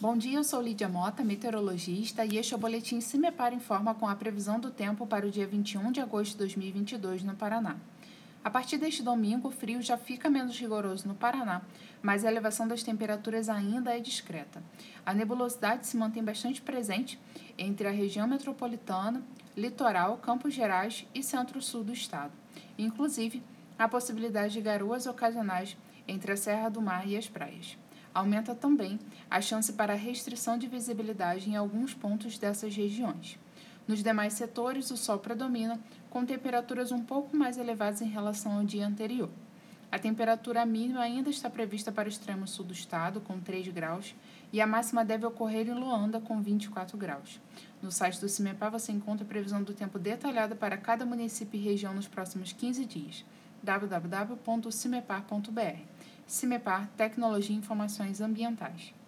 Bom dia, eu sou Lídia Mota, meteorologista, e este é o Boletim CIMEPAR Informa com a previsão do tempo para o dia 21 de agosto de 2022 no Paraná. A partir deste domingo, o frio já fica menos rigoroso no Paraná, mas a elevação das temperaturas ainda é discreta. A nebulosidade se mantém bastante presente entre a região metropolitana, litoral, Campos Gerais e centro-sul do estado. Inclusive, há possibilidade de garoas ocasionais entre a Serra do Mar e as praias. Aumenta também a chance para restrição de visibilidade em alguns pontos dessas regiões. Nos demais setores, o sol predomina, com temperaturas um pouco mais elevadas em relação ao dia anterior. A temperatura mínima ainda está prevista para o extremo sul do estado, com 3 graus, e a máxima deve ocorrer em Luanda, com 24 graus. No site do CIMEPAR você encontra a previsão do tempo detalhada para cada município e região nos próximos 15 dias. www.cimepar.br. CIMEPAR, Tecnologia e Informações Ambientais.